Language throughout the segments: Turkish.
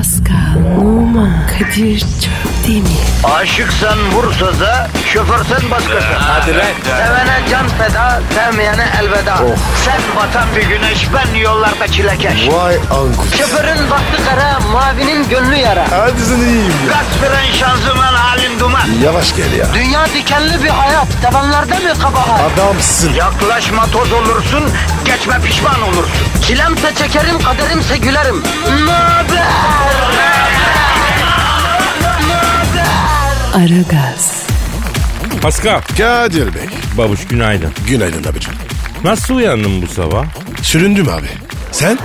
Pascal, Oman, Kadir çok değil mi? Aşıksan vursa da, şoförsen başkasın. Hadi lan. Sevene can feda, sevmeyene elveda. Sen batan bir güneş, ben yollarda çilekeş. Vay anku. Şoförün baktı kara, mavinin gönlü yara. Hadi sen iyiyim ya. Kasperen şanzıman halin duman. Yavaş gel ya. Dünya dikenli bir hayat, sevenlerde mi kabahar? Adamsın. Yaklaşma toz olursun, geçme pişman olursun. Çilemse çekerim, kaderimse gülerim. Möber! Aragaz, Pascal. Kadir Bey. Babuş günaydın. Günaydın abicim. Nasıl uyandın bu sabah? Süründüm abi. Sen?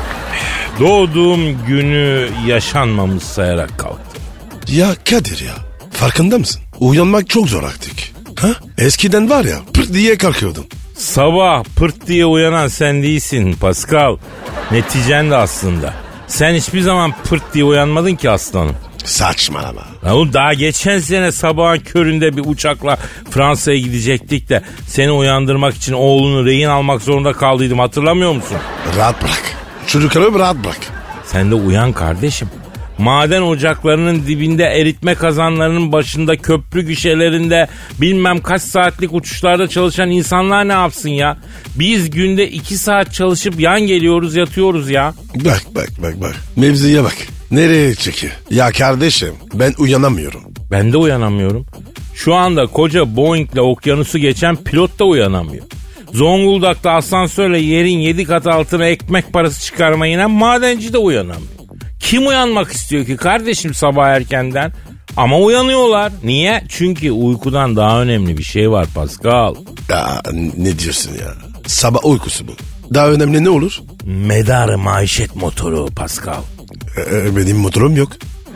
Doğduğum günü yaşanmamış sayarak kalktım. Ya Kadir ya. Farkında mısın? Uyanmak çok zor artık. Ha? Eskiden var ya pırt diye kalkıyordum. Sabah pırt diye uyanan sen değilsin Pascal. Neticen de aslında. Sen hiçbir zaman pırt diye uyanmadın ki aslanım. Saçmalama. Ya oğlum daha geçen sene sabahın köründe bir uçakla Fransa'ya gidecektik de seni uyandırmak için oğlunu rehin almak zorunda kaldıydım, hatırlamıyor musun? Rahat bırak. Çocuklarımı rahat bırak. Sen de uyan kardeşim. Maden ocaklarının dibinde, eritme kazanlarının başında, köprü gişelerinde bilmem kaç saatlik uçuşlarda çalışan insanlar ne yapsın ya? Biz günde 2 saat çalışıp yan geliyoruz, yatıyoruz ya. Bak. Mevzuya bak. Nereye çekiyor? Ya kardeşim ben uyanamıyorum. Ben de uyanamıyorum. Şu anda koca Boeing'le okyanusu geçen pilot da uyanamıyor. Zonguldak'ta asansörle yerin 7 kat altına ekmek parası çıkarmaya inen madenci de uyanamıyor. Kim uyanmak istiyor ki kardeşim sabah erkenden? Ama uyanıyorlar. Niye? Çünkü uykudan daha önemli bir şey var Pascal. Ya ne diyorsun ya? Sabah uykusu bu. Daha önemli ne olur? Medarı maişet motoru Pascal. Benim motorum yok.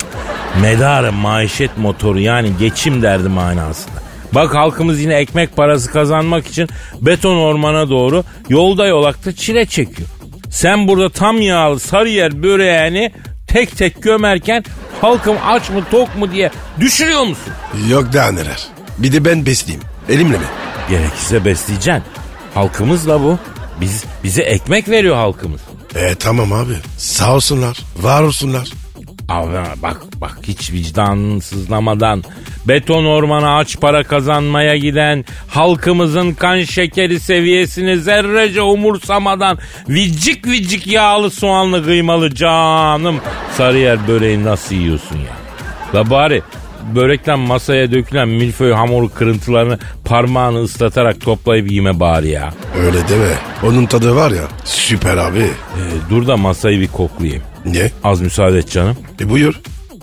Medarı maişet motoru, yani geçim derdi manasında. Bak halkımız yine ekmek parası kazanmak için beton ormana doğru yolda yolakta çile çekiyor. Sen burada tam yağlı Sarıyer böreğini tek tek gömerken halkım aç mı tok mu diye düşürüyor musun? Yok daha neler. Bir de ben besleyeyim. Elimle mi? Gerekirse besleyeceksin. Halkımızla bu. Bize ekmek veriyor halkımız. Tamam abi. Sağ olsunlar. Var olsunlar. Abi bak hiç vicdanını sızlamadan beton ormana aç para kazanmaya giden halkımızın kan şekeri seviyesini zerrece umursamadan vicik vicik yağlı soğanlı kıymalı canım Sarıyer böreği nasıl yiyorsun ya? La bari börekten masaya dökülen milföy hamuru kırıntılarını parmağını ıslatarak toplayıp yeme bari ya. Öyle deme. Onun tadı var ya süper abi. Dur da masayı bir koklayayım. Ne? Az müsaade et canım. Buyur.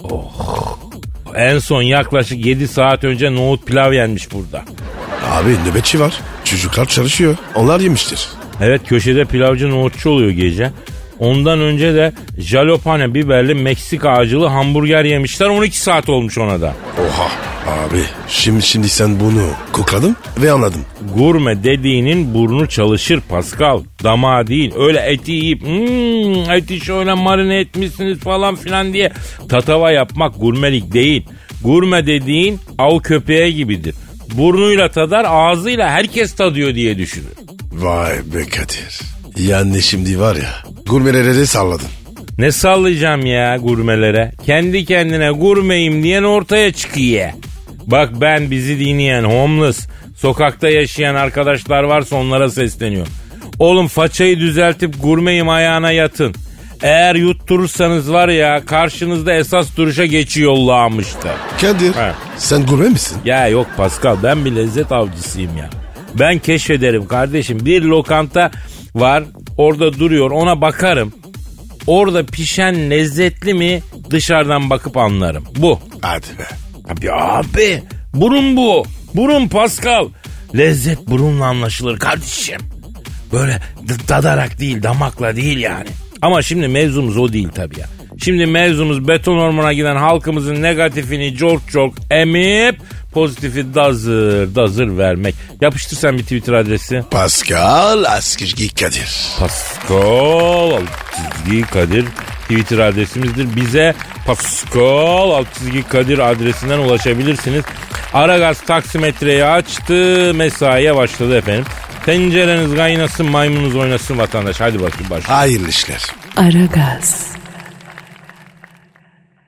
En son yaklaşık 7 saat önce nohut pilav yenmiş burada. Abi nöbetçi var. Çocuklar çalışıyor. Onlar yemiştir. Evet, köşede pilavcı nohutçu oluyor gece. Ondan önce de jalapeno biberli Meksika acılı hamburger yemişler. 12 saat olmuş ona da. Oha. Abi şimdi sen bunu kokladın ve anladın. Gurme dediğinin burnu çalışır Pascal. Damağı değil. Öyle eti yiyip eti şöyle marine etmişsiniz falan filan diye tatava yapmak gurmelik değil. Gurme dediğin av köpeği gibidir. Burnuyla tadar, ağzıyla herkes tadıyor diye düşünür. Vay be Kadir. Yani şimdi var ya gurmelere de salladın. Ne sallayacağım ya gurmelere? Kendi kendine gurmeyim diyen ortaya çıkıyor. Bak ben bizi dinleyen homeless, sokakta yaşayan arkadaşlar varsa onlara sesleniyorum. Oğlum façayı düzeltip gurmeyim ayağına yatın. Eğer yutturursanız var ya karşınızda esas duruşa geçiyorlarmıştı. Kadir sen gurme misin? Ya yok Pascal, ben bir lezzet avcısıyım ya. Ben keşfederim kardeşim. Bir lokanta var orada duruyor, ona bakarım. Orada pişen lezzetli mi dışarıdan bakıp anlarım. Bu. Hadi be. Abi burun bu. Burun Pascal. Lezzet burunla anlaşılır kardeşim. Böyle dadarak değil, damakla değil yani. Ama şimdi mevzumuz o değil tabii ya. Şimdi mevzumuz beton ormana giden halkımızın negatifini çok emip pozitifi dazır vermek. Yapıştır sen bir Twitter adresi. Pascal Askizgi Kadir. Pascal Askizgi Kadir Twitter adresimizdir. Bize Pascal Askizgi Kadir adresinden ulaşabilirsiniz. Aragaz taksimetreyi açtı, mesaiye başladı efendim. Tencereniz kaynasın, maymununuz oynasın vatandaş. Hadi bakayım başlayalım. Hayırlı işler. Aragaz.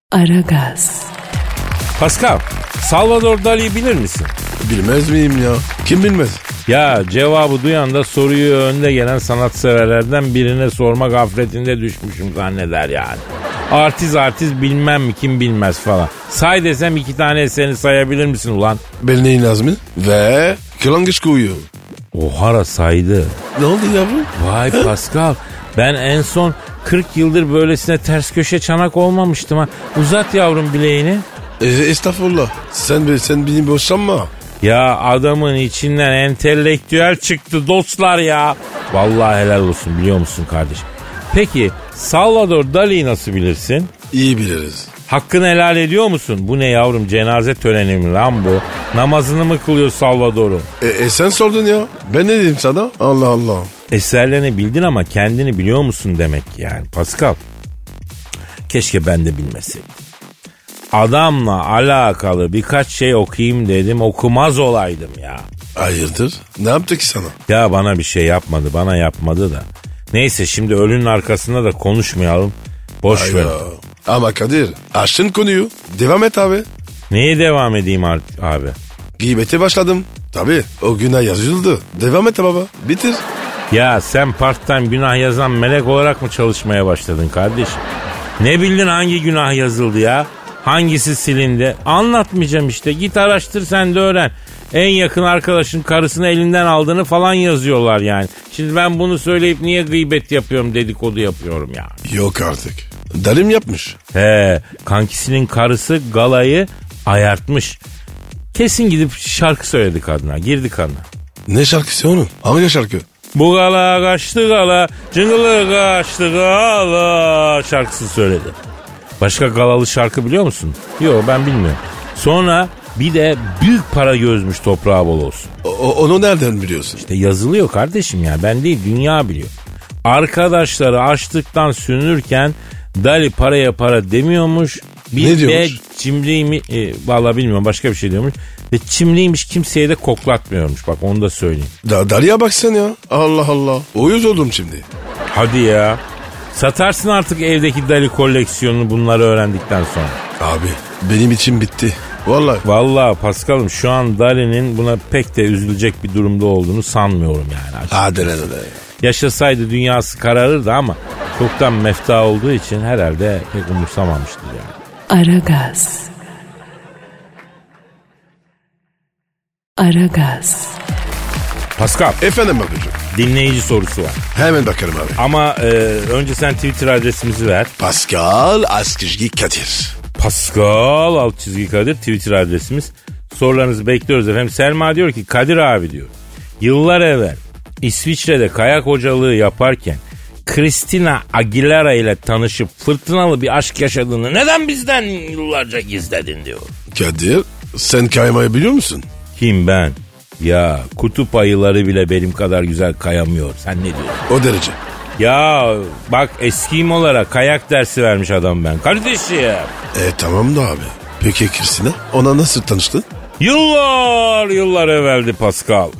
Aragaz. Pascal, Salvador Dali'yi bilir misin? Bilmez miyim ya? Kim bilmez? Ya cevabı duyan da soruyu önde gelen sanatseverlerden birine sorma gafletinde düşmüşüm zanneder yani. Artist bilmem mi kim bilmez falan. Say desem 2 tane eserini sayabilir misin ulan? Belneğin Nazmi ve Kırlangıç Kuyu. Ohara saydı. Ne oldu yavrum? Vay Pascal, ben en son 40 yıldır böylesine ters köşe çanak olmamıştım ha. Uzat yavrum bileğini. Estağfurullah. Sen beni boşanma. Ya adamın içinden entelektüel çıktı dostlar ya. Vallahi helal olsun biliyor musun kardeşim? Peki Salvador Dali'yi nasıl bilirsin? İyi biliriz. Hakkını helal ediyor musun? Bu ne yavrum, cenaze töreni mi lan bu? Namazını mı kılıyor Salvador'u? Sen sordun ya. Ben ne dedim sana? Allah Allah. Eserlerini bildin ama kendini biliyor musun demek yani Pascal. Keşke ben de bilmeseydim. Adamla alakalı birkaç şey okuyayım dedim, okumaz olaydım ya. Hayırdır? Ne yaptı ki sana? Ya bana bir şey yapmadı, bana yapmadı da. Neyse şimdi ölünün arkasında da konuşmayalım. Boş ver. Ama Kadir, açtın konuyu. Devam et abi. Neye devam edeyim abi? Gıybete başladım. Tabii o günah yazıldı. Devam et baba. Bitir. Ya sen part-time günah yazan melek olarak mı çalışmaya başladın kardeşim? Ne bildin hangi günah yazıldı ya? Hangisi silindi? Anlatmayacağım işte. Git araştır sen de öğren. En yakın arkadaşın karısını elinden aldığını falan yazıyorlar yani. Şimdi ben bunu söyleyip niye gıybet yapıyorum, dedikodu yapıyorum ya. Yok artık. Dalim yapmış. Kankisinin karısı galayı ayartmış. Kesin gidip şarkı söyledi kadına. Girdi kadına. Ne şarkısı onun? Hangi şarkı? Bu gala kaçtı gala, cıngılı kaçtı gala şarkısı söyledi. Başka galalı şarkı biliyor musun? Yok ben bilmiyorum. Sonra bir de büyük para gözmüş, toprağı bol olsun. Onu nereden biliyorsun? İşte yazılıyor kardeşim ya, ben değil dünya biliyor. Arkadaşları açlıktan sünürken Dali paraya para demiyormuş. Bir ne de diyormuş? çimliğimi vallahi bilmiyorum, başka bir şey diyormuş. Ve çimliymiş, kimseye de koklatmıyormuş, bak onu da söyleyeyim. Dali'ye baksana ya. Allah Allah. Uyuz oldum şimdi. Hadi ya. Satarsın artık evdeki Dali koleksiyonunu bunları öğrendikten sonra. Abi benim için bitti. Vallahi. Vallahi Paskal'ım şu an Dali'nin buna pek de üzülecek bir durumda olduğunu sanmıyorum yani. Hadi lan. Yaşasaydı dünyası kararırdı ama çoktan mefta olduğu için herhalde pek umursamamıştır yani. Aragaz. Pascal. Efendim bakıcım. Dinleyici sorusu var. Hemen bakarım abi. Ama önce sen Twitter adresimizi ver. Pascal Askışgi Kadir. Pascal _Kadir Twitter adresimiz. Sorularınızı bekliyoruz efendim. Selma diyor ki Kadir abi diyor. Yıllar evvel İsviçre'de kayak hocalığı yaparken Christina Aguilera ile tanışıp fırtınalı bir aşk yaşadığını neden bizden yıllarca gizledin diyor. Kadir sen kaymayı biliyor musun? Kim ben? Ya kutup ayıları bile benim kadar güzel kayamıyor. Sen ne diyorsun? O derece. Ya bak Eskimo'lara kayak dersi vermiş adam ben. Kardeşim. Tamam da abi. Peki Christina ona nasıl tanıştın? Yıllar evveldi Pascal.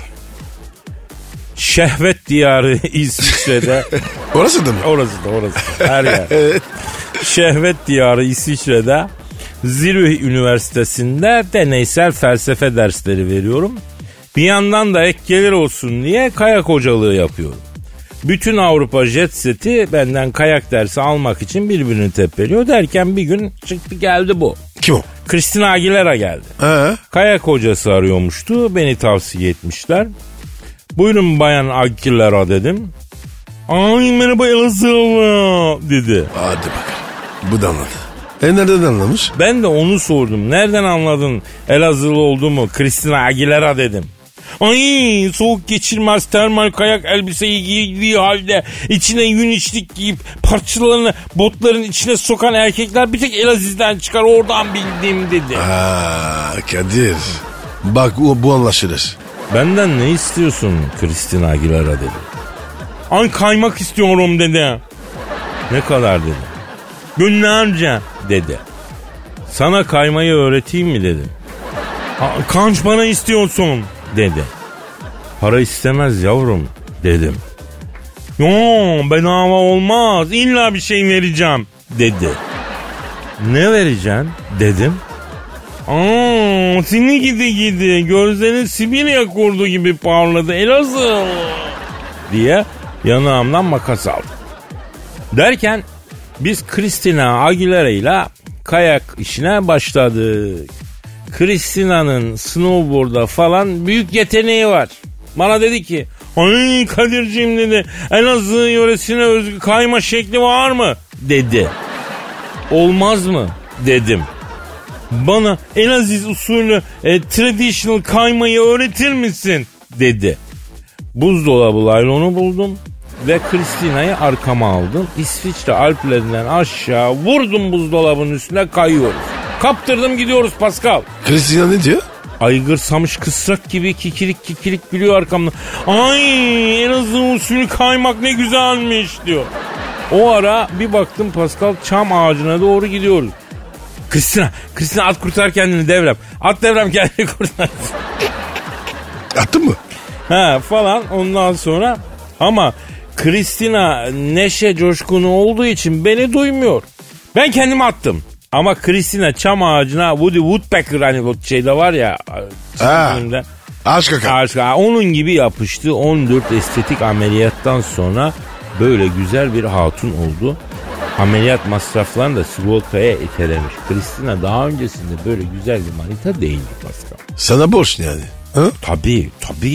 Şehvet diyarı İsviçre'de. Orası da mı? Orası da. Her yer. Şehvet diyarı İsviçre'de Zürih Üniversitesi'nde deneysel felsefe dersleri veriyorum. Bir yandan da ek gelir olsun diye kayak hocalığı yapıyorum. Bütün Avrupa jet seti benden kayak dersi almak için birbirini tepeliyor derken bir gün çıktı geldi bu. Kim o? Christina Aguilera geldi. Kayak hocası arıyormuştu, beni tavsiye etmişler. Buyurun Bayan Aguilera dedim. Ay merhaba Elazığlı dedi. Hadi bakalım. Bu da anladı. Nereden anlamış? Ben de onu sordum. Nereden anladın Elazığlı olduğumu? Christina Aguilera dedim. Ay soğuk geçirmez termal kayak elbiseyi giydiği halde içine yün içlik giyip parçalarını botların içine sokan erkekler bir tek Elazığ'dan çıkar, oradan bildiğim dedi. Kadir bak bu anlaşılır. Benden ne istiyorsun Christina Aguilera dedi. Ay kaymak istiyorum dedi. Ne kadar dedi. Günlerce dedi. Sana kaymayı öğreteyim mi dedim. Kaç para istiyorsun dedi. Para istemez yavrum dedim. Yo bedava olmaz, illa bir şey vereceğim dedi. Ne vereceksin dedim. Seni gidi gözlerin Sibirya kurdu gibi parladı Elazığ diye yanağımdan makas aldım. Derken biz Christina Aguilera ile kayak işine başladık. Christina'nın snowboard'a falan büyük yeteneği var. Bana dedi ki ay Kadir'ciğim dedi Elazığ yöresine özgü kayma şekli var mı dedi. Olmaz mı dedim. Bana Elaziz usulü traditional kaymayı öğretir misin dedi. Buzdolabı laylonu buldum ve Christina'yı arkama aldım. İsviçre Alplerinden aşağı vurdum buzdolabının üstüne kayıyoruz. Kaptırdım gidiyoruz Pascal. Christina ne diyor? Aygır samış kısrak gibi kikirik gülüyor arkamda. Ay Elazığ usulü kaymak ne güzelmiş diyor. O ara bir baktım Pascal çam ağacına doğru gidiyoruz. Christina at kurtar kendini devrem. At devrem kendini kurtar. Attın mı? Ha falan ondan sonra ama Christina neşe coşkunu olduğu için beni duymuyor. Ben kendimi attım. Ama Christina çam ağacına Woody Woodpecker hani bu şeyde var ya. Filmde. Aşk. Onun gibi yapıştı. 14 estetik ameliyattan sonra böyle güzel bir hatun oldu. Ameliyat masraflarını da sigortaya itelemiş. Christina daha öncesinde böyle güzel bir manita değildi Pascal. Sana borç yani. Ha? Tabii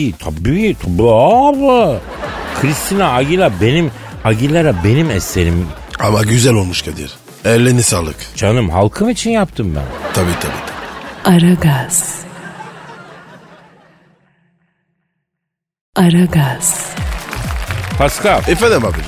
abi. Christina Aguilera benim eserim. Ama güzel olmuş Kadir. Ellerine sağlık. Canım halkım için yaptım ben. Tabii. Aragaz. Pascal. Efendim abicim.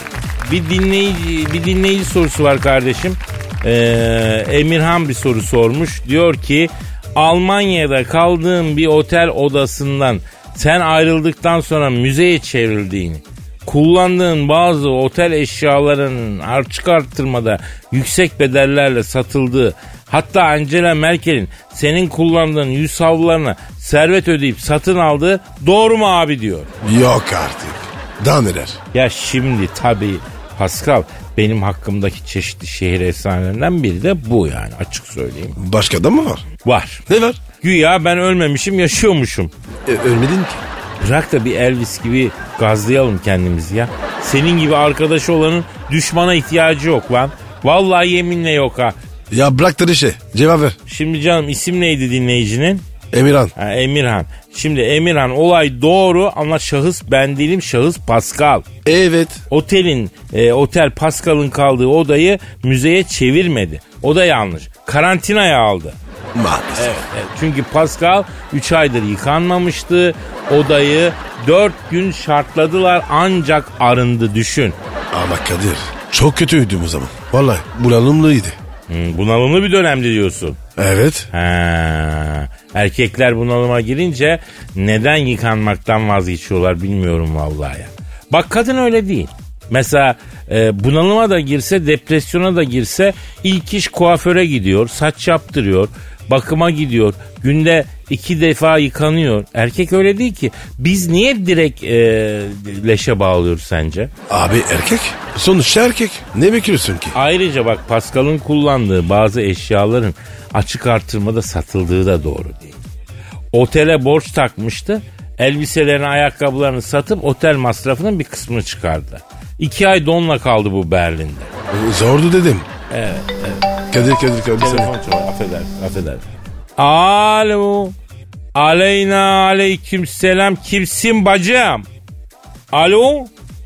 Bir dinleyici sorusu var kardeşim. Emirhan bir soru sormuş. Diyor ki Almanya'da kaldığın bir otel odasından sen ayrıldıktan sonra müzeye çevrildiğini, kullandığın bazı otel eşyalarının açık artırmada yüksek bedellerle satıldığı, hatta Angela Merkel'in senin kullandığın yüz havlularına servet ödeyip satın aldığı doğru mu abi diyor. Yok artık. Daha neler? Ya şimdi tabii Pascal benim hakkımdaki çeşitli şehir efsanelerinden biri de bu yani açık söyleyeyim. Başka da mı var? Var. Ne var? Güya ben ölmemişim yaşıyormuşum. Ölmedin ki. Bırak da bir Elvis gibi gazlayalım kendimizi ya. Senin gibi arkadaş olanın düşmana ihtiyacı yok lan. Vallahi yeminle yok ha. Ya bırak da işe. Cevap ver. Şimdi canım isim neydi dinleyicinin? Emirhan. Emirhan. Şimdi Emirhan olay doğru ama şahıs ben değilim, şahıs Pascal. Evet. Otel Pascal'ın kaldığı odayı müzeye çevirmedi. O da yanlış. Karantinaya aldı. Maalesef. Evet. Çünkü Pascal 3 aydır yıkanmamıştı. Odayı 4 gün şartladılar ancak arındı düşün. Ama Kadir çok kötüydüm o zaman. Vallahi bunalımlıydı. Bunalımlı bir dönemdi diyorsun. Evet. Erkekler bunalıma girince neden yıkanmaktan vazgeçiyorlar bilmiyorum vallahi ya. Bak kadın öyle değil. Mesela bunalıma da girse, depresyona da girse ilk iş kuaföre gidiyor, saç yaptırıyor, bakıma gidiyor, günde 2 defa yıkanıyor. Erkek öyle değil ki. Biz niye direkt leşe bağlıyoruz sence? Abi erkek. Sonuçta erkek. Ne bekliyorsun ki? Ayrıca bak Pascal'ın kullandığı bazı eşyaların açık artırmada satıldığı da doğru değil. Otele borç takmıştı. Elbiselerini, ayakkabılarını satıp otel masrafının bir kısmını çıkardı. 2 ay donla kaldı bu Berlin'de. Zordu dedim. Evet. Kadir. Telefon çalıyor. Affedersin. Alo. Aleyna aleyküm selam. Kimsin bacım? Alo.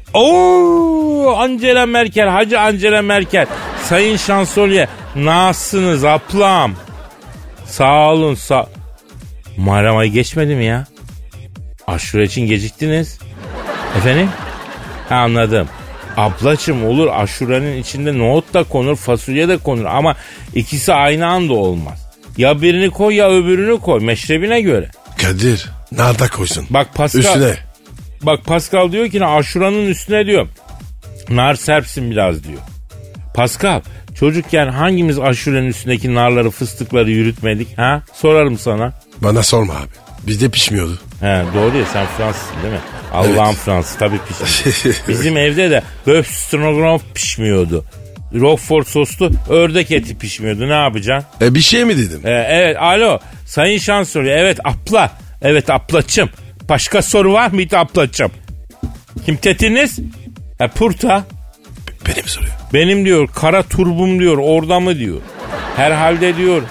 Oo, Angela Merkel. Hacı Angela Merkel. Sayın Şansölye. Nasılsınız ablam? Sağ olun. Muharrem ayı geçmedi mi ya? Aşure için geciktiniz. Efendim? Anladım. Ablacığım olur, aşurenin içinde nohut da konur, fasulye de konur ama ikisi aynı anda olmaz. Ya birini koy ya öbürünü koy meşrebine göre. Kadir nerede koysun? Bak Pascal. Üstüne. Bak Pascal diyor ki aşuranın üstüne diyor. Nar serpsin biraz diyor. Pascal çocukken hangimiz aşurenin üstündeki narları fıstıkları yürütmedik ha? Sorarım sana. Bana sorma abi. Bizde pişmiyordu. He, doğru ya sen Fransızsın değil mi? Allah'ın Evet. Fransız tabii pişmiyor. Bizim evde de böf stroganoff pişmiyordu. Roquefort soslu ördek eti pişmiyordu. Ne yapacaksın? Bir şey mi dedim? Evet, alo sayın şansölye. Evet abla. Evet ablacığım. Başka soru var mıydı ablacığım? Kim tetiniz? Purta. Benim soruyor. Benim diyor kara turbum diyor orada mı diyor. Herhalde diyor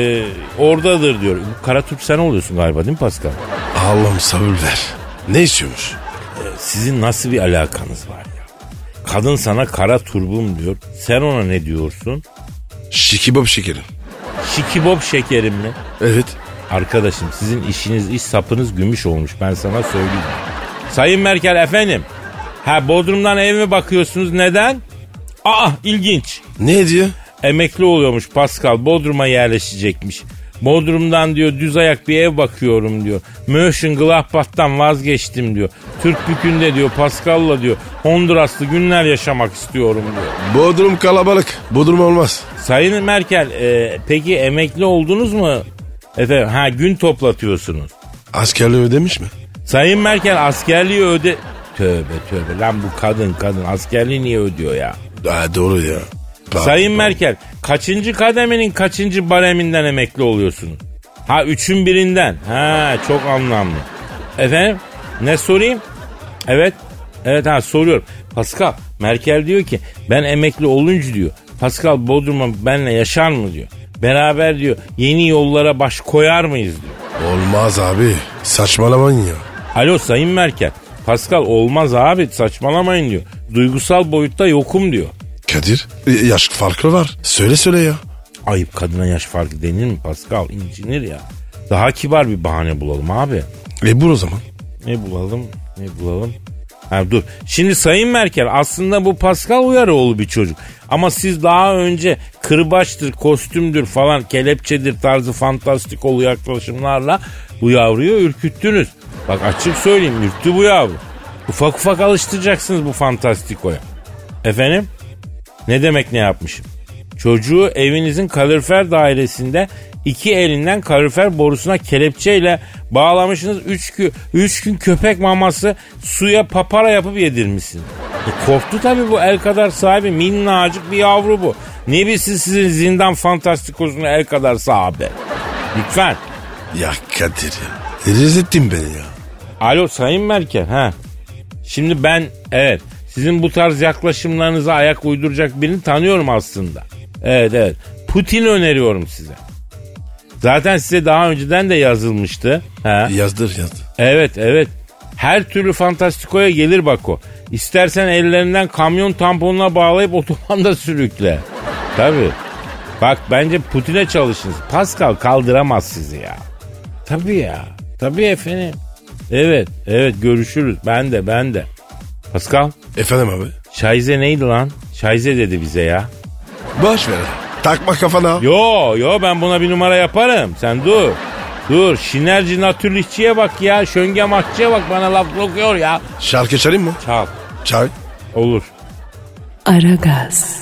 oradadır diyor. Kara turp sen oluyorsun galiba değil mi Pascal? Allah'ım sabır ver. Ne istiyormuş? Sizin nasıl bir alakanız var ya? Kadın sana kara turbum diyor. Sen ona ne diyorsun? Şikibop şekerim. Şikibop şekerim mi? Evet. Arkadaşım sizin işiniz iş sapınız gümüş olmuş ben sana söyleyeyim. Sayın Merkel efendim. Bodrum'dan ev mi bakıyorsunuz neden? İlginç. Ne diyor? Emekli oluyormuş Pascal Bodrum'a yerleşecekmiş. Bodrum'dan diyor düz ayak bir ev bakıyorum diyor. Mönchengladbach'tan vazgeçtim diyor. Türkbükü'nde diyor Pascal'la diyor Honduraslı günler yaşamak istiyorum diyor. Bodrum kalabalık. Bodrum olmaz. Sayın Merkel peki emekli oldunuz mu? Efendim gün toplatıyorsunuz. Askerliği ödemiş mi? Sayın Merkel askerliği Tövbe lan bu kadın askerliği niye ödüyor ya? Doğru ya. Sayın Merkel kaçıncı kademenin kaçıncı bareminden emekli oluyorsunuz? 3'ün birinden. Çok anlamlı. Efendim ne sorayım? Evet soruyorum. Pascal Merkel diyor ki ben emekli olunca diyor Pascal Bodrum'a benimle yaşar mı diyor. Beraber diyor yeni yollara baş koyar mıyız diyor. Olmaz abi saçmalamayın ya. Alo Sayın Merkel Pascal olmaz abi saçmalamayın diyor. Duygusal boyutta yokum diyor. Kadir yaş farkı var. Söyle ya. Ayıp kadına yaş farkı denir mi Pascal? İncinir ya. Daha kibar bir bahane bulalım abi. Bul o zaman. Ne bulalım? Dur. Şimdi Sayın Merkel aslında bu Pascal Uyaroğlu bir çocuk. Ama siz daha önce kırbaçtır, kostümdür falan, kelepçedir tarzı fantastikolu yaklaşımlarla bu yavruyu ürküttünüz. Bak açık söyleyeyim ürktü bu yavru. Ufak ufak alıştıracaksınız bu fantastikoya. Efendim? Ne demek ne yapmışım? Çocuğu evinizin kalorifer dairesinde 2 elinden kalorifer borusuna kelepçeyle bağlamışsınız. 3 gün köpek maması suya papara yapıp yedirmişsiniz. Korktu tabii bu el kadar sahibi minnacık bir yavru bu. Ne bilsin sizin zindan fantastikosunu el kadar sahibi. Lütfen. Ya Kadir ya. Rezzettin beni ya. Alo Sayın Merkel. Şimdi ben sizin bu tarz yaklaşımlarınıza ayak uyduracak birini tanıyorum aslında. Evet. Putin öneriyorum size. Zaten size daha önceden de yazılmıştı. Yazdır. Evet. Her türlü fantastikoya gelir bak o. İstersen ellerinden kamyon tamponuna bağlayıp otobanda sürükle. Tabii. Bak bence Putin'e çalışın. Pascal kaldıramaz sizi ya. Tabii ya. Tabii efendim. Evet görüşürüz. Ben de. Pascal. Efendim abi. Şaize neydi lan? Şaize dedi bize ya. Boş ver. Takma kafana. Yo ben buna bir numara yaparım. Sen dur. Şinerci natürlükçiye bak ya. Şöngemakçıya bak bana laf okuyor ya. Şarkı çalayım mı? Çal. Olur. Aragaz.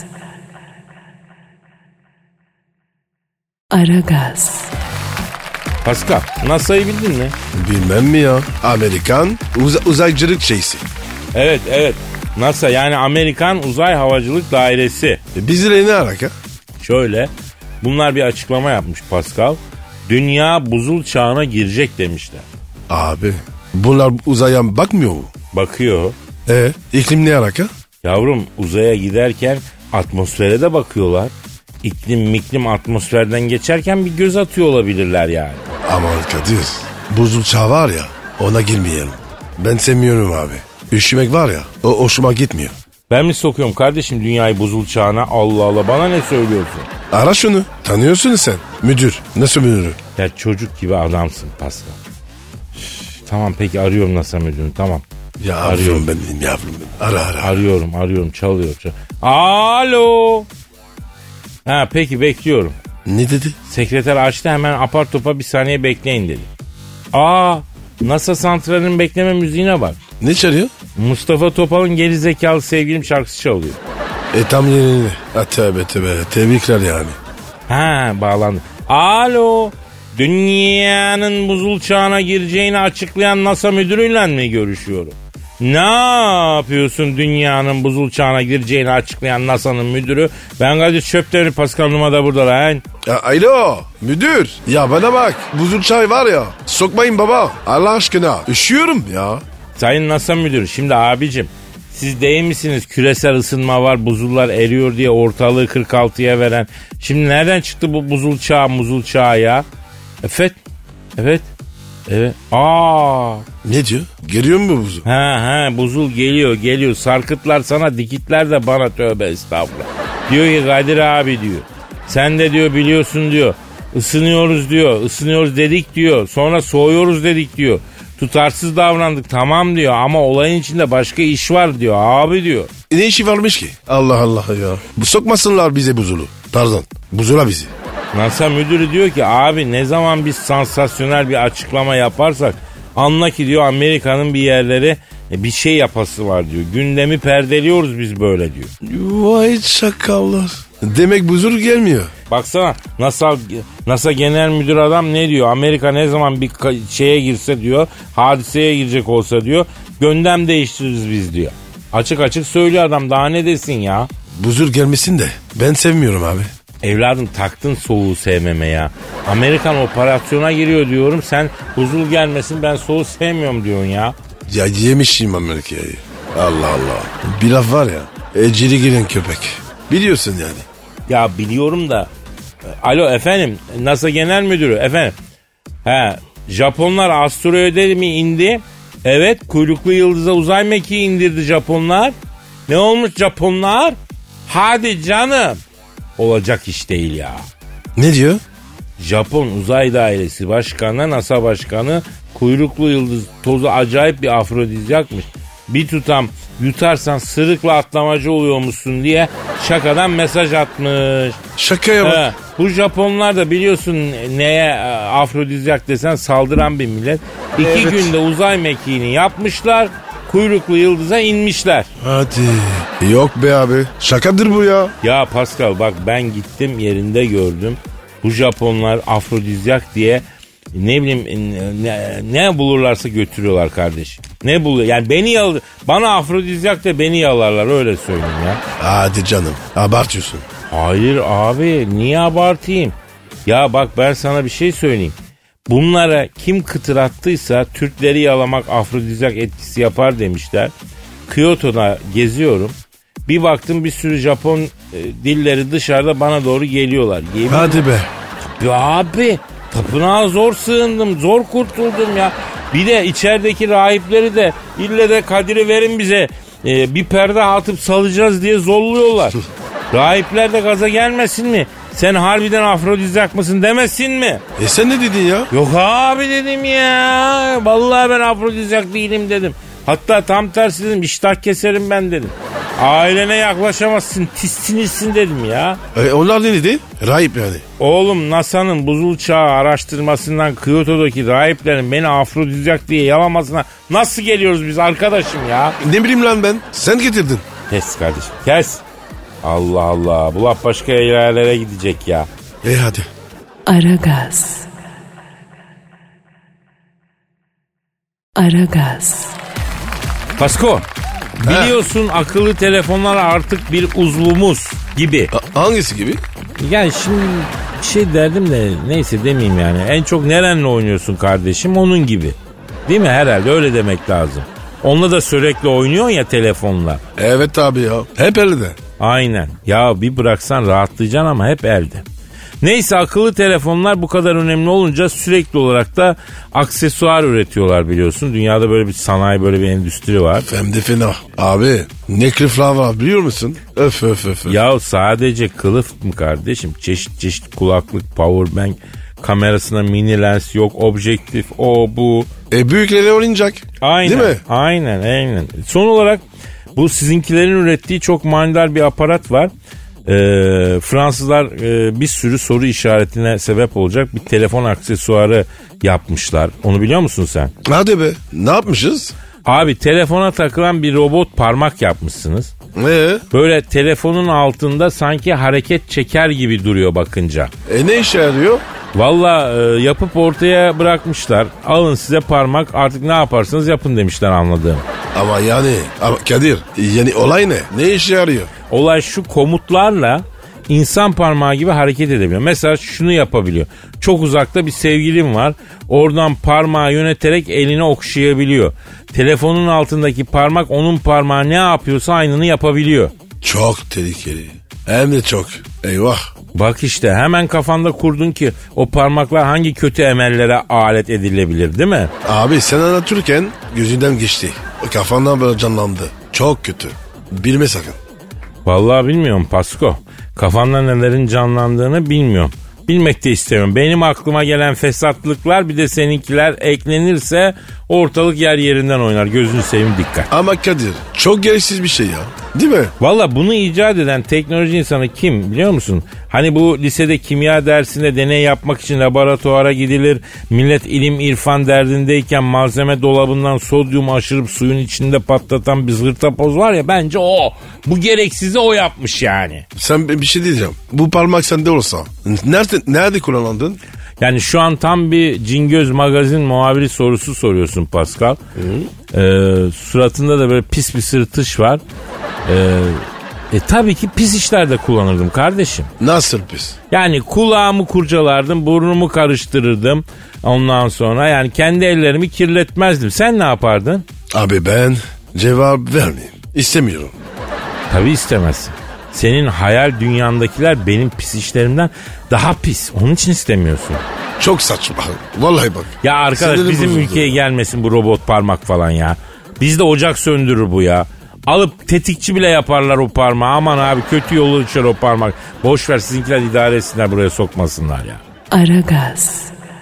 Pascal, NASA'yı bildin mi? Bilmem mi ya? Amerikan uzaycılık şeysi. Evet. NASA yani Amerikan Uzay Havacılık Dairesi. Bizle ne alaka? Şöyle, bunlar bir açıklama yapmış Pascal. Dünya buzul çağına girecek demişler. Abi, bunlar uzaya bakmıyor mu? Bakıyor. İklim ne alaka? Yavrum uzaya giderken atmosfere de bakıyorlar. İklim atmosferden geçerken bir göz atıyor olabilirler yani. Aman Kadir, buzul çağ var ya, ona girmeyelim. Ben sevmiyorum abi. Üşümek var ya, o hoşuma gitmiyor. Ben mi sokuyorum kardeşim dünyayı buzul çağına? Allah Allah, bana ne söylüyorsun? Ara şunu, tanıyorsun sen. Müdür, nasıl müdürü? Ya çocuk gibi adamsın Pascal. Tamam peki, arıyorum NASA müdürünü, tamam. Ya arıyorum benim yavrum benim. Ara. Arıyorum çalıyor. Alo. Peki bekliyorum. Ne dedi? Sekreter açtı, hemen apar topa bir saniye bekleyin dedi. NASA santralinin bekleme müziğine bak. Ne çalıyor? Mustafa Topal'ın Geri Zekalı Sevgilim şarkısı çalıyor. Tam yerine. Tövbe. Tebrikler yani. Bağlandı. Alo. Dünyanın buzul çağına gireceğini açıklayan NASA müdürüyle mi görüşüyorum? Ne yapıyorsun dünyanın buzul çağına gireceğini açıklayan NASA'nın müdürü? Ben Kadir Çöptemir, Pascal Numa da burada lan. Alo müdür. Ya bana bak. Buzul çay var ya. Sokmayın baba. Allah aşkına. Üşüyorum ya. Sayın NASA müdürü, şimdi abicim siz değil misiniz küresel ısınma var, buzullar eriyor diye ortalığı 46'ya veren? Şimdi nereden çıktı bu buzul çağı ya? Evet. Ne diyor? Geliyor mu buzul? Buzul geliyor. Sarkıtlar sana, dikitler de bana, tövbe estağfurullah. Diyor ki Kadir abi diyor. Sen de diyor biliyorsun diyor. Isınıyoruz diyor. Isınıyoruz dedik diyor. Sonra soğuyoruz dedik diyor. Tutarsız davrandık tamam diyor ama olayın içinde başka iş var diyor abi diyor. Ne işi varmış ki? Allah Allah ya. Bu sokmasınlar bize buzulu. Tarzan. Buzula bizi. NASA müdürü diyor ki abi ne zaman biz sansasyonel bir açıklama yaparsak anla ki diyor Amerika'nın bir yerleri bir şey yapası var diyor. Gündemi perdeliyoruz biz böyle diyor. Vay çakallar. Demek buzul gelmiyor. Baksana NASA genel müdür adam ne diyor? Amerika ne zaman bir şeye girse diyor, hadiseye girecek olsa diyor, gündem değiştiririz biz diyor. Açık açık söylüyor adam, daha ne desin ya? Buzul gelmesin de ben sevmiyorum abi. Evladım taktın soğuğu sevmeme ya. Amerikan operasyona giriyor diyorum, sen buzul gelmesin ben soğuğu sevmiyorum diyorsun ya. Ya yemişim Amerika'yı. Allah Allah. Bir laf var ya. Eceli giren köpek. Biliyorsun yani. Ya biliyorum da. Alo efendim, NASA genel müdürü efendim. Japonlar asteroide mi indi? Evet, kuyruklu yıldıza uzay mekiği indirdi Japonlar. Ne olmuş Japonlar? Hadi canım. Olacak iş değil ya. Ne diyor? Japon Uzay Dairesi Başkanı, NASA Başkanı kuyruklu yıldız tozu acayip bir afrodizyakmış. Bir tutam yutarsan sırıkla atlamacı oluyormuşsun diye şakadan mesaj atmış. Şakaya bak. Bu Japonlar da biliyorsun neye afrodizyak desen saldıran bir millet. İki günde uzay mekiğini yapmışlar. Kuyruklu yıldıza inmişler. Hadi. Yok be abi. Şakadır bu ya. Ya Pascal bak ben gittim yerinde gördüm. Bu Japonlar afrodizyak diye ne bileyim ne bulurlarsa götürüyorlar kardeşim. Ne buluyor? Yani bana afrodizyak de beni yalarlar öyle söyleyeyim ya. Hadi canım. Abartıyorsun. Hayır abi niye abartayım? Ya bak ben sana bir şey söyleyeyim. Bunlara kim kıtır attıysa Türkleri yalamak afrodizyak etkisi yapar demişler. Kyoto'da geziyorum. Bir baktım bir sürü Japon dilleri dışarıda bana doğru geliyorlar. Hadi be. Ya abi tapınağa zor sığındım, zor kurtuldum ya. Bir de içerideki rahipleri de ille de Kadir'i verin bize bir perde atıp salacağız diye zorluyorlar. Rahipler de gaza gelmesin mi? Sen harbiden afrodizyak mısın demesin mi? Sen ne dedin ya? Yok abi dedim ya. Vallahi ben afrodizyak değilim dedim. Hatta tam tersi dedim, iştah keserim ben dedim. Ailene yaklaşamazsın, tissinirsin dedim ya. Onlar ne dedi? Rahip yani. Oğlum NASA'nın buzul çağı araştırmasından Kyoto'daki rahiplerin beni afrodizyak diye yalamasına nasıl geliyoruz biz arkadaşım ya? Ne bileyim lan ben. Sen getirdin. Kes kardeşim kes. Allah Allah, bu laf başka yerlere gidecek ya. Hadi. Aragaz. Aragaz. Pasko, biliyorsun akıllı telefonlar artık bir uzvumuz gibi. Hangisi gibi? Yani şimdi bir şey derdim de neyse demeyeyim yani. En çok nerenle oynuyorsun kardeşim, onun gibi. Değil mi, herhalde öyle demek lazım. Onunla da sürekli oynuyorsun ya telefonla. Evet abi ya, hep elde. Aynen. Ya bir bıraksan rahatlayacaksın ama hep elde. Neyse akıllı telefonlar bu kadar önemli olunca sürekli olarak da aksesuar üretiyorlar biliyorsun. Dünyada böyle bir sanayi, böyle bir endüstri var. Hem de fena. Abi ne kılıflar var biliyor musun? Öf. Ya sadece kılıf mı kardeşim? Çeşit çeşit kulaklık, powerbank, kamerasına mini lens yok, objektif, o bu. Büyükleri oyuncak. Aynen. Değil mi? Aynen. Son olarak bu sizinkilerin ürettiği çok manidar bir aparat var. Fransızlar bir sürü soru işaretine sebep olacak bir telefon aksesuarı yapmışlar. Onu biliyor musun sen? Hadi be. Ne yapmışız? Abi telefona takılan bir robot parmak yapmışsınız. Böyle telefonun altında sanki hareket çeker gibi duruyor bakınca. Ne işe yarıyor? Valla yapıp ortaya bırakmışlar. Alın size parmak, artık ne yaparsanız yapın demişler anladığım. Ama Kadir yani olay ne? Ne işe yarıyor? Olay şu: komutlarla insan parmağı gibi hareket edebiliyor. Mesela şunu yapabiliyor. Çok uzakta bir sevgilim var. Oradan parmağı yöneterek elini okşayabiliyor. Telefonun altındaki parmak onun parmağı ne yapıyorsa aynını yapabiliyor. Çok tehlikeli. Hem de çok. Eyvah. Bak işte, hemen kafanda kurdun ki o parmaklar hangi kötü emellere alet edilebilir, değil mi? Abi sen anlatırken gözünden geçti. Kafandan böyle canlandı. Çok kötü. Bilme sakın. Vallahi bilmiyorum Pasko. Kafanda nelerin canlandığını bilmiyorum. Bilmek de istemiyorum. Benim aklıma gelen fesatlıklar bir de seninkiler eklenirse ortalık yer yerinden oynar. Gözünü seveyim, dikkat. Ama Kadir çok gereksiz bir şey ya. Değil mi? Valla bunu icat eden teknoloji insanı kim biliyor musun? Hani bu lisede kimya dersinde deney yapmak için laboratuvara gidilir. Millet ilim irfan derdindeyken malzeme dolabından sodyum aşırıp suyun içinde patlatan bir zırtapoz var ya, bence o. Bu gereksizi o yapmış yani. Sen bir şey diyeceğim. Bu parmak sende olsa nerede kullanıldın? Yani şu an tam bir Cingöz magazin muhabiri sorusu soruyorsun Pascal. Suratında da böyle pis bir sırtış var. Tabii ki pis işlerde kullanırdım kardeşim. Nasıl pis? Yani kulağımı kurcalardım, burnumu karıştırırdım. Ondan sonra yani kendi ellerimi kirletmezdim. Sen ne yapardın? Abi ben cevap vermeyeyim. İstemiyorum. Tabii istemezsin. Senin hayal dünyandakiler benim pis işlerimden daha pis. Onun için istemiyorsun. Çok saçma. Vallahi bak. Ya arkadaş, bizim ülkeye gelmesin bu robot parmak falan ya. Bizde ocak söndürür bu ya. Alıp tetikçi bile yaparlar o parmağı. Aman abi, kötü yolu düşer o parmak. Boş ver, sizinkiler idare etsinler, buraya sokmasınlar ya. Aragaz.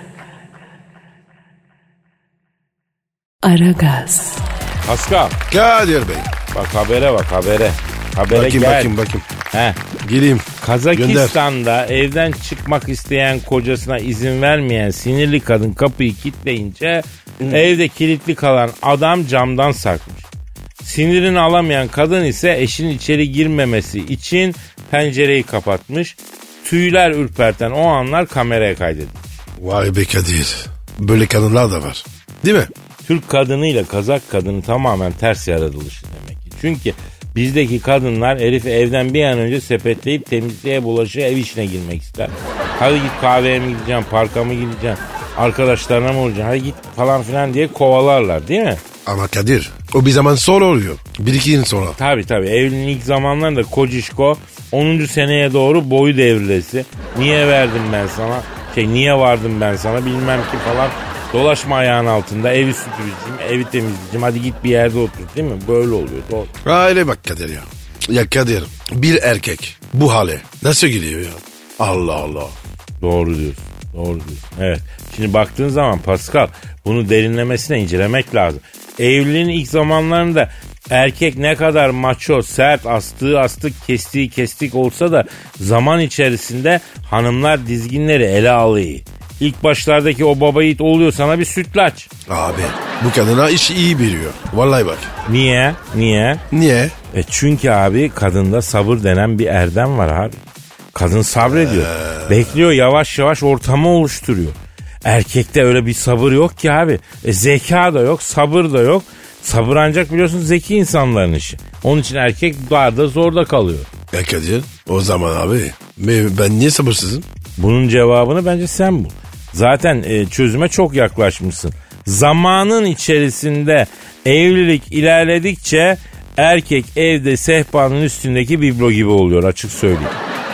Aragaz. Pascal. Kadir Bey. Bak habere bak, habere. Habere Bakayım. He. Geleyim. Kazakistan'da evden çıkmak isteyen kocasına izin vermeyen sinirli kadın kapıyı kilitleyince evde kilitli kalan adam camdan sarkmış. Sinirini alamayan kadın ise eşinin içeri girmemesi için pencereyi kapatmış. Tüyler ürperten o anlar kameraya kaydedilmiş. Vay be Kadir. Böyle kadınlar da var. Değil mi? Türk kadınıyla Kazak kadını tamamen ters yaratılışı demek ki. Çünkü bizdeki kadınlar herifi evden bir an önce sepetleyip temizliğe bulaşığı ev işine girmek ister. Hadi git kahveye mi gideceksin, parka mı gideceksin, arkadaşlarına mı olacaksın, hadi git falan filan diye kovalarlar, değil mi? Ama Kadir o bir zaman sonra oluyor. 1-2 yıl sonra. Tabii evliliğin ilk zamanlarında kocişko 10. seneye doğru boyu devrilesi. Niye verdim ben sana? Niye vardım ben sana bilmem ki falan. Dolaşma ayağın altında, evi süpüreceğim, evi temizleyeceğim, hadi git bir yerde otur, değil mi? Böyle oluyor. Doğru. Öyle bak Kadir ya. Ya Kadir, bir erkek bu hale nasıl gidiyor ya? Allah Allah. Doğru diyorsun. Evet. Şimdi baktığın zaman Pascal, bunu derinlemesine incelemek lazım. Evliliğin ilk zamanlarında erkek ne kadar maço, sert, astık, kestik olsa da zaman içerisinde hanımlar dizginleri ele alıyor. İlk başlardaki o baba yiğit oluyor sana bir sütlaç. Abi bu kadına işi iyi biliyor. Vallahi bak. Niye? Niye? Çünkü abi kadında sabır denen bir erdem var abi. Kadın sabrediyor. Bekliyor, yavaş yavaş ortamı oluşturuyor. Erkekte öyle bir sabır yok ki abi. Zeka da yok, sabır da yok. Sabır ancak biliyorsun zeki insanların işi. Onun için erkek darda zorda kalıyor. Kadir o zaman abi ben niye sabırsızım? Bunun cevabını bence sen bul. Zaten çözüme çok yaklaşmışsın. Zamanın içerisinde evlilik ilerledikçe erkek evde sehpanın üstündeki biblo gibi oluyor, açık söyleyeyim.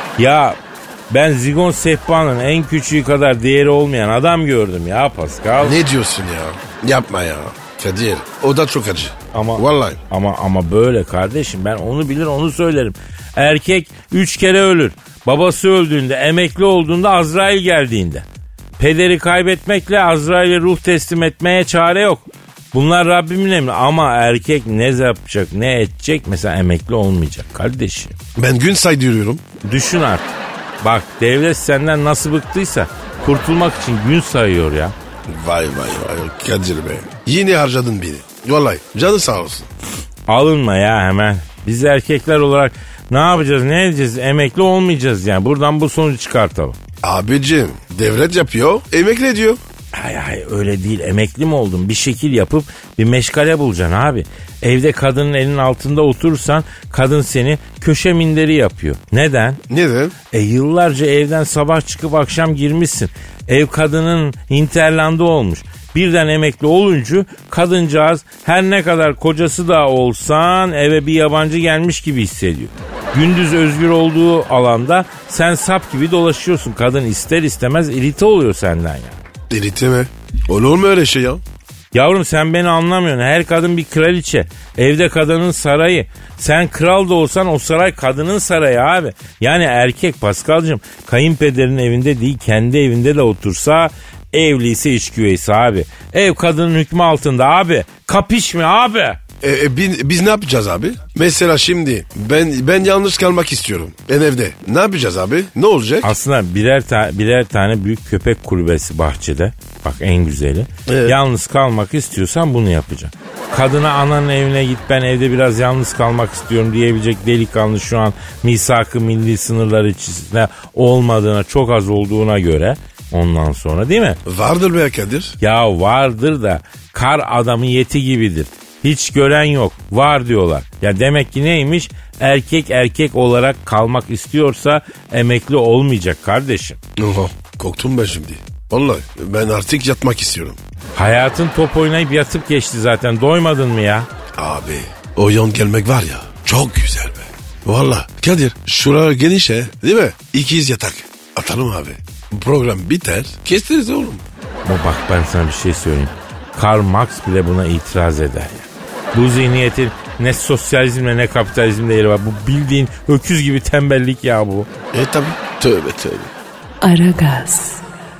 Ya ben zigon sehpanın en küçüğü kadar değeri olmayan adam gördüm ya Pascal. Ne diyorsun ya? Yapma ya. Kadir o da çok acı. Ama vallahi. Ama böyle kardeşim, ben onu bilir onu söylerim. Erkek 3 kere ölür. Babası öldüğünde, emekli olduğunda, Azrail geldiğinde. Pederi kaybetmekle Azrail'e ruh teslim etmeye çare yok. Bunlar Rabbimin emri, ama erkek ne yapacak, ne edecek? Mesela emekli olmayacak kardeşim. Ben gün saydırıyorum. Düşün artık. Bak, devlet senden nasıl bıktıysa kurtulmak için gün sayıyor ya. Vay Kadir Bey. Yine harcadın beni. Vallahi canı sağ olsun. Alınma ya hemen. Biz erkekler olarak Ne yapacağız, ne edeceğiz? Emekli olmayacağız yani. Buradan bu sonucu çıkartalım. Abicim devlet yapıyor, emekli ediyor. Hay öyle değil. Emekli mi oldun? Bir şekil yapıp bir meşgale bulacaksın abi. Evde kadının elinin altında oturursan kadın seni köşe minderi yapıyor. Neden? Neden? Yıllarca evden sabah çıkıp akşam girmişsin. Ev kadının hinterlandı olmuş. Birden emekli olunca kadıncağız her ne kadar kocası da olsan eve bir yabancı gelmiş gibi hissediyor. Gündüz özgür olduğu alanda sen sap gibi dolaşıyorsun. Kadın ister istemez irite oluyor senden ya. İrite mi? Olur mu öyle şey ya? Yavrum sen beni anlamıyorsun. Her kadın bir kraliçe. Evde kadının sarayı. Sen kral da olsan o saray kadının sarayı abi. Yani erkek Paskal'cığım kayınpederin evinde değil kendi evinde de otursa evliyse iç güveysi abi. Ev kadının hükmü altında abi. Kapiş mi abi? Biz ne yapacağız abi? Mesela şimdi ben yalnız kalmak istiyorum. Ben evde. Ne yapacağız abi? Ne olacak? Aslında birer tane büyük köpek kulübesi bahçede. Bak en güzeli. Evet. Yalnız kalmak istiyorsan bunu yapacaksın. Kadına ananın evine git ben evde biraz yalnız kalmak istiyorum diyebilecek delikanlı şu an misak-ı milli sınırlar içinde olmadığına çok az olduğuna göre ondan sonra değil mi? Vardır be Kadir. Ya vardır da kar adamı yeti gibidir. Hiç gören yok. Var diyorlar. Ya demek ki neymiş? Erkek olarak kalmak istiyorsa emekli olmayacak kardeşim. Oha, korktum ben şimdi. Vallahi ben artık yatmak istiyorum. Hayatın top oynayıp yatıp geçti zaten. Doymadın mı ya? Abi o yan gelmek var ya çok güzel be. Vallahi Kadir şuralar geniş değil mi? İkiz yatak. Atalım abi. Program biter kestiririz oğlum. Bak ben sana bir şey söyleyeyim. Karl Marx bile buna itiraz eder ya. Bu zihniyetin ne sosyalizmle ne kapitalizmle yeri var. Bu bildiğin öküz gibi tembellik ya bu. Tabii. Tövbe. Aragaz.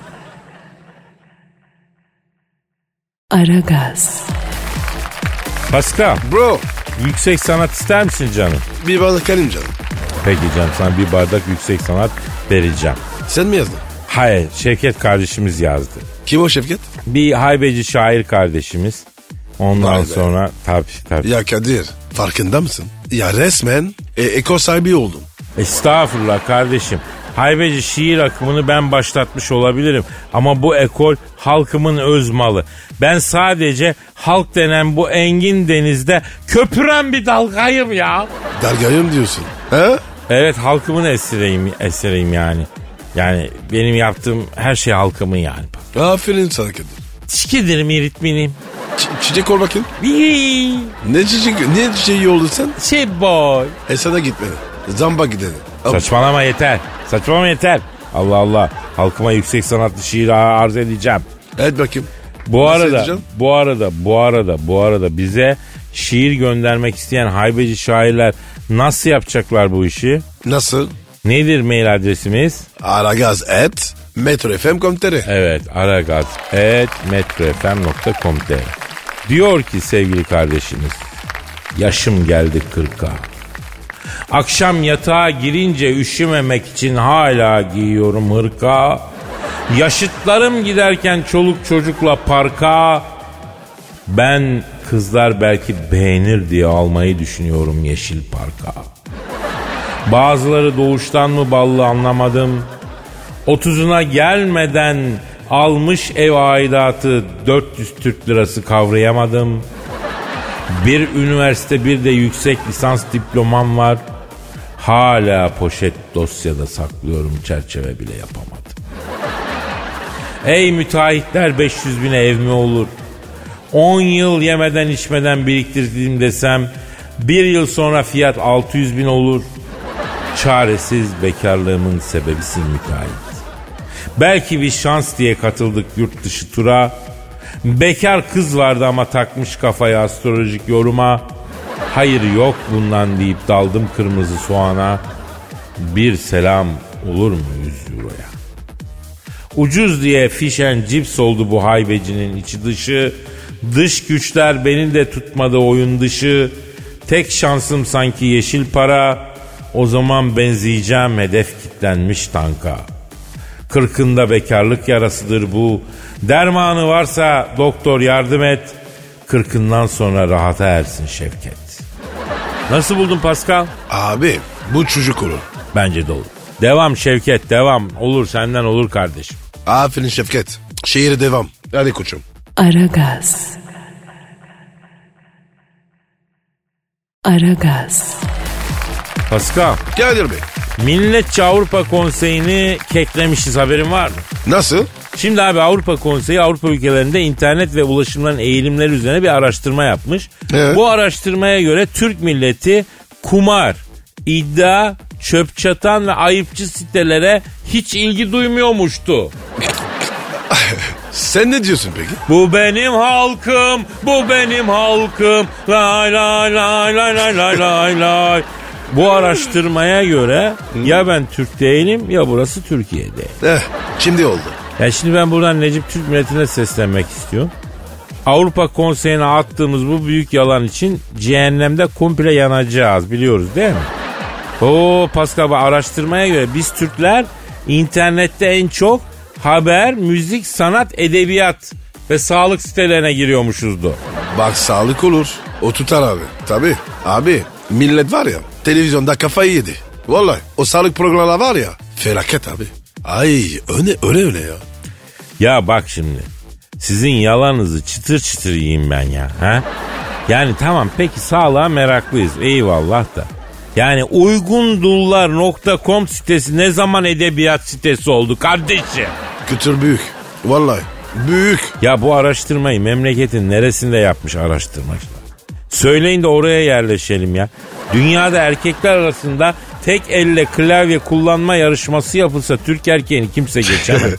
Pascal, Bro yüksek sanat ister misin canım? bir bardak alayım canım. Peki canım sana bir bardak yüksek sanat vereceğim. Sen mi yazdın? Hayır, Şevket kardeşimiz yazdı. Kim o Şevket? Bir haybeci şair kardeşimiz. Ondan Vay be. sonra tabii. Ya Kadir farkında mısın? Ya resmen ekol sahibi oldum. Estağfurullah kardeşim. Haybeci şiir akımını ben başlatmış olabilirim. Ama bu ekol halkımın öz malı. Ben sadece halk denen bu engin denizde köpüren bir dalgayım ya. Dalgayım diyorsun. He? Evet halkımın esireyim yani. Yani benim yaptığım her şey halkımın yani. Aferin sana Kadir. Çikidirim ritminim. Çiçek ol bakayım. Vii. Ne çiçeği oldun sen? Şey boy. Sana gitmedi. Zamba gidelim. Saçmalama yeter. Allah Allah. Halkıma yüksek sanatlı şiir arz edeceğim. Evet bakayım. Bu Nasıl arada bize şiir göndermek isteyen haybeci şairler nasıl yapacaklar bu işi? Nasıl? Nedir mail adresimiz? aragaz@metrofm.com.tr. Evet, aragaz@metrofm.com.tr. Diyor ki sevgili kardeşimiz, yaşım geldi 40'a. Akşam yatağa girince üşümemek için hala giyiyorum hırka. Yaşıtlarım giderken çoluk çocukla parka. Ben kızlar belki beğenir diye almayı düşünüyorum yeşil parka. Bazıları doğuştan mı ballı anlamadım. 30'una gelmeden almış ev aidatı 400 Türk lirası kavrayamadım. Bir üniversite bir de yüksek lisans diplomam var. Hala poşet dosyada saklıyorum, çerçeve bile yapamadım. Ey müteahhitler 500 bine ev mi olur? 10 yıl yemeden içmeden biriktirdim desem 1 yıl sonra fiyat 600 bin olur. Çaresiz bekarlığımın sebebisin müteahhit. Belki bir şans diye katıldık yurt dışı tura. Bekar kız vardı ama takmış kafaya astrolojik yoruma. Hayır yok bundan deyip daldım kırmızı soğana. Bir selam olur mu 100 euroya? Ucuz diye fish and chips oldu bu haybecinin içi dışı. Dış güçler beni de tutmadı oyun dışı. Tek şansım sanki yeşil para. O zaman benzeyeceğim hedef kitlenmiş tanka. 40'ında bekarlık yarasıdır bu. Dermanı varsa doktor yardım et. 40'ından sonra rahata ersin Şevket. Nasıl buldun Pascal? Abi bu çocuk olur. Bence de olur. Devam Şevket devam. Olur senden olur kardeşim. Aferin Şevket. Şehir devam. Hadi koçum. Aragaz. Aragaz. Pascal. Kadir Bey. Milletçe Avrupa Konseyi'ni keklemişiz, haberin var mı? Nasıl? Şimdi abi Avrupa Konseyi Avrupa ülkelerinde internet ve ulaşımların eğilimleri üzerine bir araştırma yapmış. Evet. Bu araştırmaya göre Türk milleti kumar, iddia, çöp çatan ve ayıpçı sitelere hiç ilgi duymuyormuştu. Sen ne diyorsun peki? Bu benim halkım, bu benim halkım. Lay lay lay lay lay lay lay lay. Bu araştırmaya göre ya ben Türk değilim ya burası Türkiye değil. Şimdi oldu. Ya şimdi ben buradan Necip Türk milletine seslenmek istiyorum. Avrupa Konseyi'ne attığımız bu büyük yalan için cehennemde komple yanacağız, biliyoruz değil mi? Pascal, araştırmaya göre biz Türkler internette en çok haber, müzik, sanat, edebiyat ve sağlık sitelerine giriyormuşuzdu. Bak sağlık olur. O tutar abi. Tabii. Abi millet var ya televizyonda kafayı yedi. Vallahi o sağlık programları var ya felaket abi. Ay öyle ya. Ya bak şimdi sizin yalanınızı çıtır çıtır yiyeyim ben ya. Ha? Yani tamam peki sağlığa meraklıyız eyvallah da. Yani uygundullar.com sitesi ne zaman edebiyat sitesi oldu kardeşim? Kültür büyük. Vallahi büyük. Ya bu araştırmayı memleketin neresinde yapmış araştırmacılar? Söyleyin de oraya yerleşelim ya. Dünyada erkekler arasında tek elle klavye kullanma yarışması yapılsa Türk erkeğini kimse geçemez.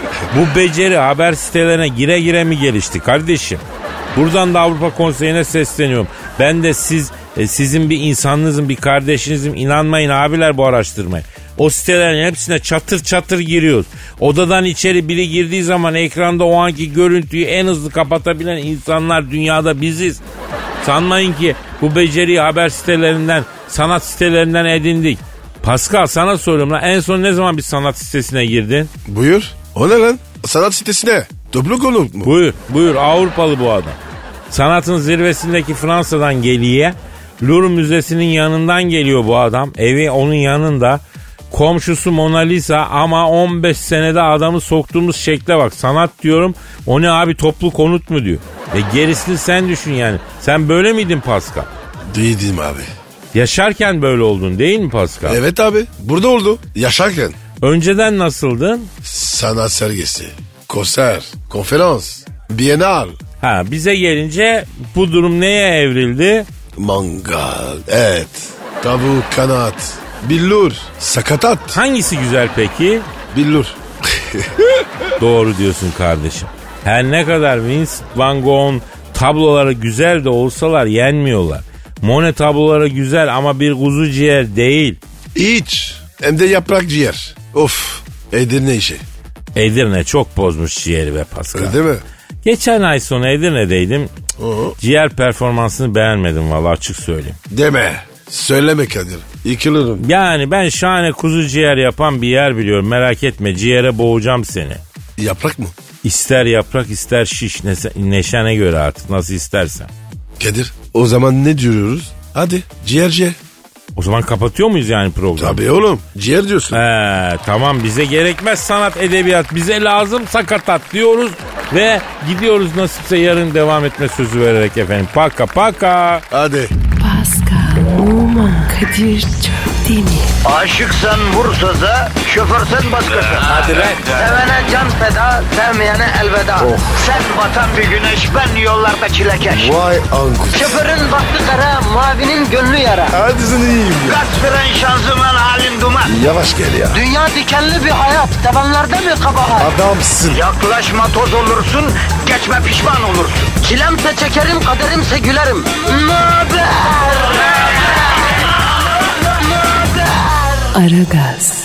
Bu beceri haber sitelerine gire gire mi gelişti kardeşim? Buradan da Avrupa Konseyi'ne sesleniyorum. Ben de sizin bir insanınızın, bir kardeşinizim, inanmayın abiler bu araştırmaya. O sitelerin hepsine çatır çatır giriyoruz. Odadan içeri biri girdiği zaman ekranda o anki görüntüyü en hızlı kapatabilen insanlar dünyada biziz. Sanmayın ki bu beceriyi haber sitelerinden, sanat sitelerinden edindik. Pascal sana soruyorum lan, en son ne zaman bir sanat sitesine girdin? Buyur. O ne lan? Sanat sitesine. Toplu konuk mu? Buyur Avrupalı bu adam. Sanatın zirvesindeki Fransa'dan geliyor. Louvre Müzesi'nin yanından geliyor bu adam. Evi onun yanında. Komşusu Mona Lisa ama 15 senede adamı soktuğumuz şekle bak. Sanat diyorum. O ne abi, toplu konut mu diyor. Gerisini sen düşün yani. Sen böyle miydin Pascal? Değildim abi. Yaşarken böyle oldun değil mi Pascal? Evet abi. Burada oldu. Yaşarken. Önceden nasıldın? Sanat sergisi, konser, konferans, bienal. Bize gelince bu durum neye evrildi? Mangal, et, tavuk, kanat, billur, sakatat. Hangisi güzel peki? Billur. Doğru diyorsun kardeşim. Her ne kadar Vincent van Gogh'un tabloları güzel de olsalar yenmiyorlar. Monet tabloları güzel ama bir kuzu ciğer değil. İç. Hem de yaprak ciğer. Of. Edirne işi. Edirne çok bozmuş ciğeri be Pascal. Değil mi? Geçen ay sonu Edirne'deydim. Ciğer performansını beğenmedim vallahi, açık söyleyeyim. Deme. Söyleme Kadir. Yıkılırım. Yani ben şahane kuzu ciğer yapan bir yer biliyorum. Merak etme, ciğere boğacağım seni. Yaprak mı? İster yaprak ister şiş, neşene göre artık nasıl istersen. Kadir o zaman ne diyoruz? Hadi ciğer. O zaman kapatıyor muyuz yani programı? Tabii oğlum, ciğer diyorsun. Tamam, bize gerekmez sanat edebiyat, bize lazım sakatat diyoruz ve gidiyoruz nasipse yarın devam etme sözü vererek efendim. Paka. Hadi. Pascal, Oman, Kadir çok değil mi? Aşıksan vursa da, şoförsen başkasın. Hadi lan. Sevene can feda, sevmeyene elveda. Sen batan bir güneş, ben yollarda çilekeş. Vay anku. Şoförün baktı kara, mavinin gönlü yara. Hadi sen iyiyim ya. Kasperen şanzıman halin duman. Yavaş gel ya. Dünya dikenli bir hayat, sevenlerde mi kabahar? Adamsın. Yaklaşma toz olursun, geçme pişman olursun. Çilemse çekerim, kaderimse gülerim. Möber! Aragaz.